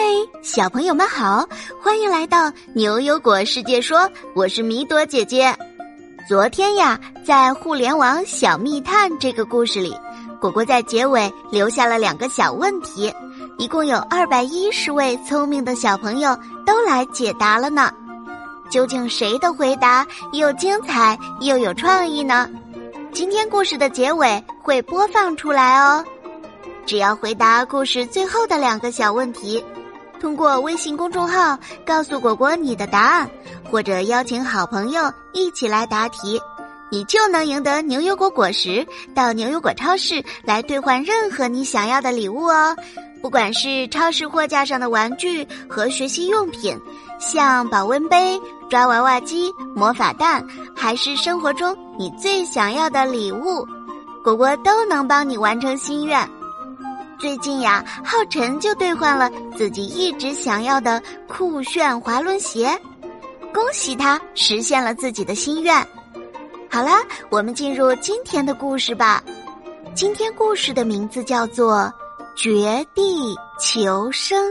小朋友们好，欢迎来到牛油果世界说，我是米朵姐姐。昨天呀，在互联网小密探这个故事里，果果在结尾留下了2个小问题，一共有210位聪明的小朋友都来解答了呢。究竟谁的回答又精彩又有创意呢？今天故事的结尾会播放出来哦。只要回答故事最后的2个小问题，通过微信公众号告诉果果你的答案，或者邀请好朋友一起来答题，你就能赢得牛油果果实，到牛油果超市来兑换任何你想要的礼物哦。不管是超市货架上的玩具和学习用品，像保温杯、抓娃娃机、魔法蛋，还是生活中你最想要的礼物，果果都能帮你完成心愿。最近呀，浩辰就兑换了自己一直想要的酷炫滑轮鞋，恭喜他实现了自己的心愿。好啦，我们进入今天的故事吧。今天故事的名字叫做绝地求生。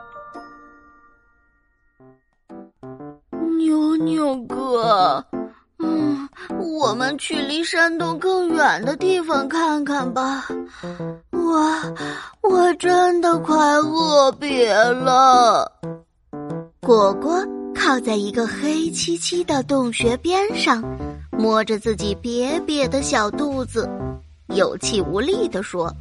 牛牛哥，我们去离山洞更远的地方看看吧。我真的快饿瘪了。 果果靠在一个黑漆漆的洞穴边上，摸着自己瘪瘪的小肚子，有气无力地说：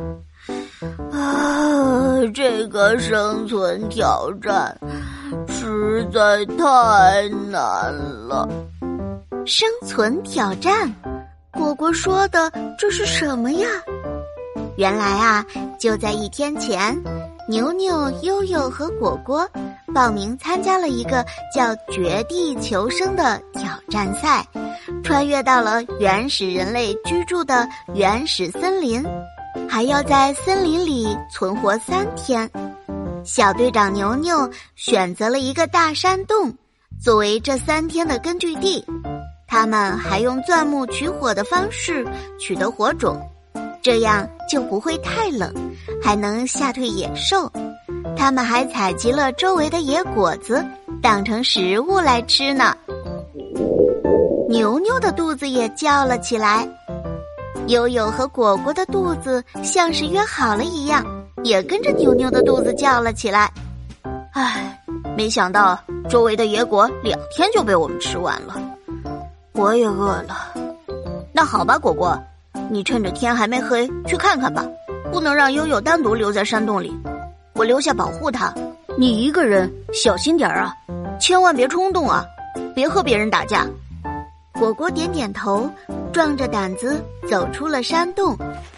这个生存挑战实在太难了。 生存挑战？果果说的这是什么呀？原来啊，就在1天前，牛牛、悠悠和果果报名参加了一个叫绝地求生的挑战赛，穿越到了原始人类居住的原始森林，还要在森林里存活3天。小队长牛牛选择了一个大山洞作为这3天的根据地，他们还用钻木取火的方式取得火种，这样就不会太冷，还能吓退野兽。他们还采集了周围的野果子当成食物来吃呢。牛牛的肚子也叫了起来，悠悠和果果的肚子像是约好了一样，也跟着牛牛的肚子叫了起来。 没想到周围的野果2天就被我们吃完了。我也饿了。那好吧，果果，你趁着天还没黑去看看吧，不能让悠悠单独留在山洞里，我留下保护他。你一个人小心点啊，千万别冲动啊，别和别人打架。 果果点点头，壮着胆子走出了山洞。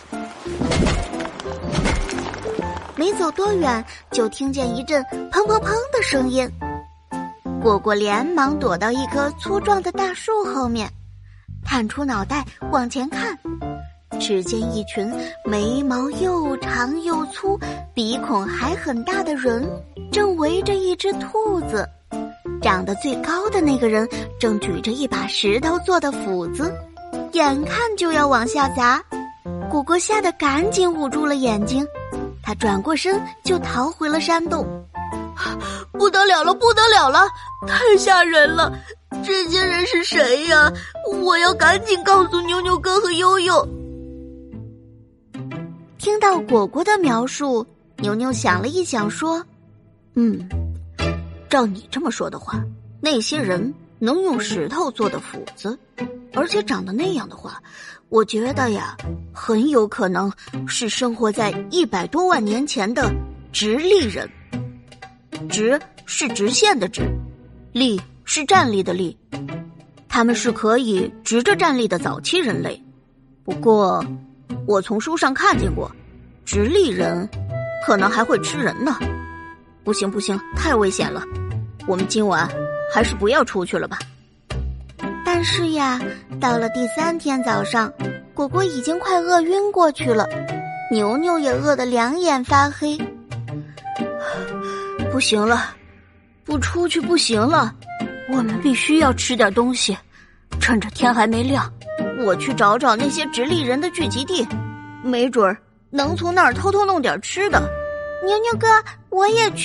没走多远，就听见一阵砰砰砰的声音。果果连忙躲到一棵粗壮的大树后面，探出脑袋往前看，只见一群眉毛又长又粗、鼻孔还很大的人正围着一只兔子。长得最高的那个人正举着一把石头做的斧子，眼看就要往下砸。果果吓得赶紧捂住了眼睛，他转过身就逃回了山洞。 不得了了，不得了了，太吓人了！这些人是谁呀？我要赶紧告诉牛牛哥和悠悠。 听到果果的描述，牛牛想了一想说： 照你这么说的话，那些人能用石头做的斧子，而且长得那样的话，我觉得呀，很有可能是生活在100多万年前的直立人。直是直线的直，立是站立的立，他们是可以直着站立的早期人类。不过我从书上看见过，直立人可能还会吃人呢。不行，太危险了，我们今晚还是不要出去了吧。 但是呀，到了第3天早上，果果已经快饿晕过去了，牛牛也饿得2眼发黑。 不行了，不出去不行了，我们必须要吃点东西。趁着天还没亮，我去找找那些直立人的聚集地，没准儿能从那儿偷偷弄点吃的。 牛牛哥，我也去，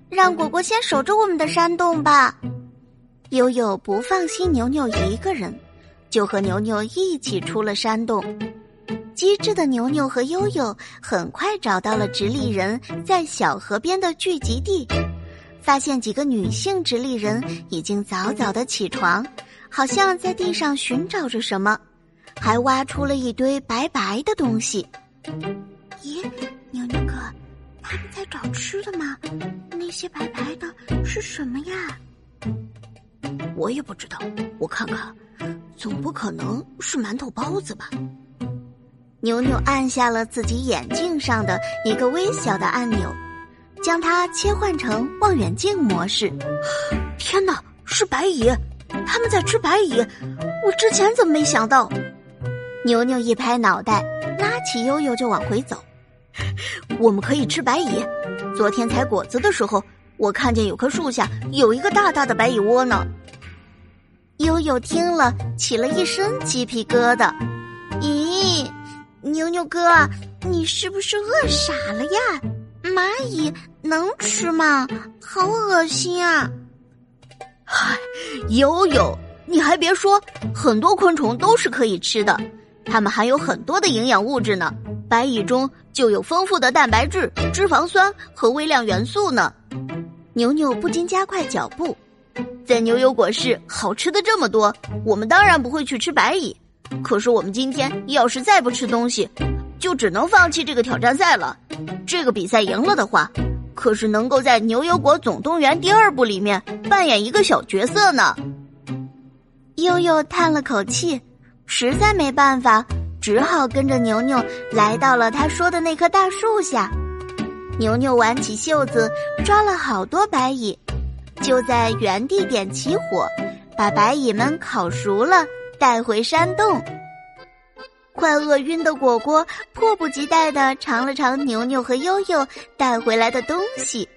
让果果先守着我们的山洞吧。悠悠不放心牛牛一个人，就和牛牛一起出了山洞。机智的牛牛和悠悠很快找到了直立人在小河边的聚集地，发现几个女性直立人已经早早的起床，好像在地上寻找着什么，还挖出了一堆白白的东西。咦，牛牛哥，他们在找吃的吗？那些白白的是什么呀？ 我也不知道，我看看，总不可能是馒头包子吧。 牛牛按下了自己眼镜上的一个微小的按钮，将它切换成望远镜模式。 天哪，是白蚁！他们在吃白蚁，我之前怎么没想到？ 牛牛一拍脑袋，拉起悠悠就往回走。 我们可以吃白蚁。昨天采果子的时候，我看见有棵树下有一个大大的白蚁窝呢。 悠悠听了起了一身鸡皮疙瘩。咦，牛牛哥，你是不是饿傻了呀？蚂蚁能吃吗？好恶心啊！ 嗨，悠悠，你还别说，很多昆虫都是可以吃的，它们含有很多的营养物质呢。白蚁中就有丰富的蛋白质、脂肪酸和微量元素呢。 牛牛不禁加快脚步。 在牛油果市好吃的这么多，我们当然不会去吃白蚁。可是我们今天要是再不吃东西，就只能放弃这个挑战赛了。这个比赛赢了的话，可是能够在牛油果总动员第2部里面扮演一个小角色呢。 悠悠叹了口气，实在没办法，只好跟着牛牛来到了他说的那棵大树下。牛牛挽起袖子，抓了好多白蚁，就在原地点起火，把白蚁们烤熟了，带回山洞。快饿晕的果果迫不及待地尝了尝牛牛和悠悠带回来的东西。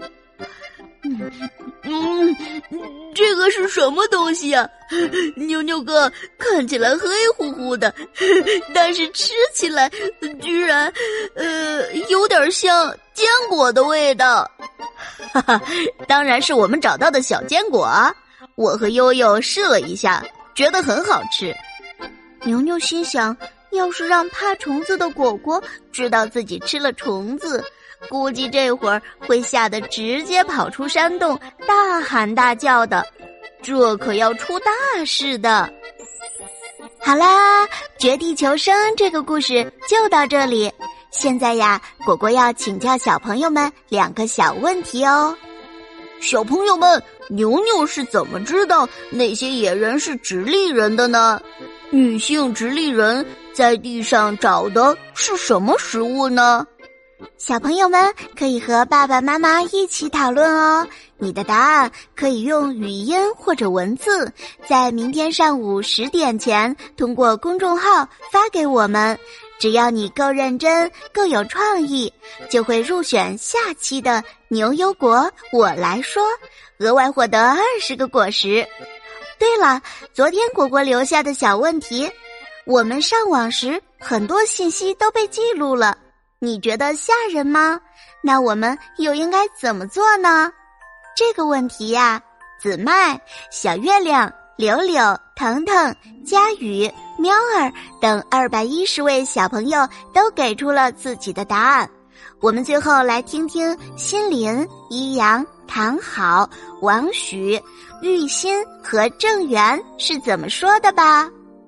这个是什么东西啊？牛牛哥，看起来黑乎乎的，但是吃起来居然有点像坚果的味道。哈哈，当然是我们找到的小坚果啊！我和悠悠试了一下，觉得很好吃。 牛牛心想，要是让怕虫子的果果知道自己吃了虫子，估计这会儿会吓得直接跑出山洞，大喊大叫的，这可要出大事的。好啦，绝地求生这个故事就到这里。现在呀，果果要请教小朋友们2个小问题哦。 小朋友们，牛牛是怎么知道那些野人是直立人的呢？女性直立人在地上找的是什么食物呢？ 小朋友们可以和爸爸妈妈一起讨论哦。你的答案可以用语音或者文字，在明天上午10点前通过公众号发给我们。只要你够认真、够有创意，就会入选下期的牛油果我来说，额外获得20个果实。对了，昨天果果留下的小问题，我们上网时很多信息都被记录了，你觉得吓人吗？那我们又应该怎么做呢？这个问题呀，子麦、小月亮、柳柳、腾腾、佳宇、喵儿等210位小朋友都给出了自己的答案。我们最后来听听心林、一阳、唐好、王许、玉欣和郑源是怎么说的吧。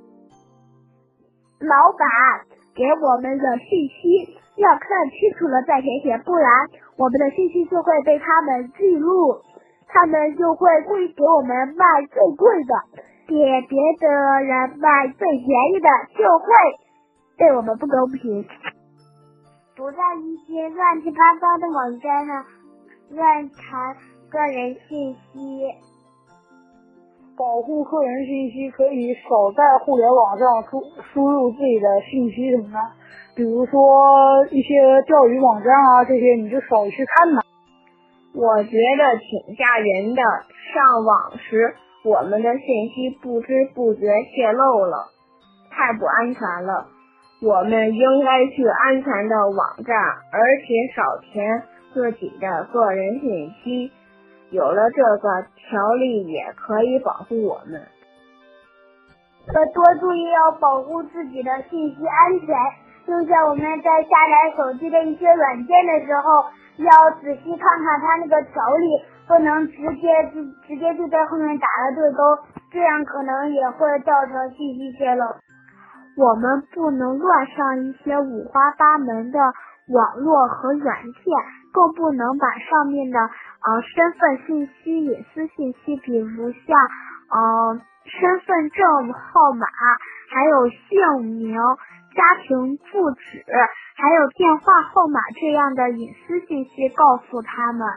老板给我们的信息要看清楚了再填写，不然我们的信息就会被他们记录，他们就会故意给我们卖最贵的，给别的人卖最便宜的，就会对我们不公平。不在一些乱七八糟的网站上乱传个人信息。 保护个人信息可以少在互联网上输入自己的信息什么的，比如说一些钓鱼网站啊，这些你就少去看呐。 我觉得挺吓人的，上网时我们的信息不知不觉泄露了，太不安全了。我们应该去安全的网站，而且少填自己的个人信息， 有了这个条例也可以保护我们。 多注意要保护自己的信息安全，就像我们在下载手机的一些软件的时候，要仔细看看它那个条例，不能直接就在后面打了对勾，这样可能也会造成信息泄露。 我们不能乱上一些五花八门的网络和软件，更不能把上面的身份信息、隐私信息，比如像身份证号码，还有姓名、家庭住址，还有电话号码这样的隐私信息告诉他们。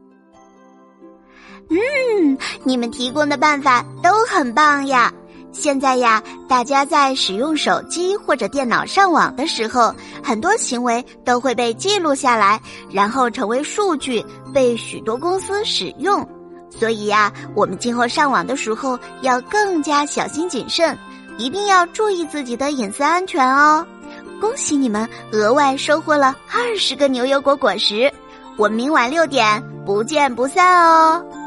你们提供的办法都很棒呀。现在呀，大家在使用手机或者电脑上网的时候，很多行为都会被记录下来，然后成为数据，被许多公司使用。所以呀，我们今后上网的时候要更加小心谨慎，一定要注意自己的隐私安全哦。恭喜你们额外收获了20个牛油果果实，我们明晚6点不见不散哦。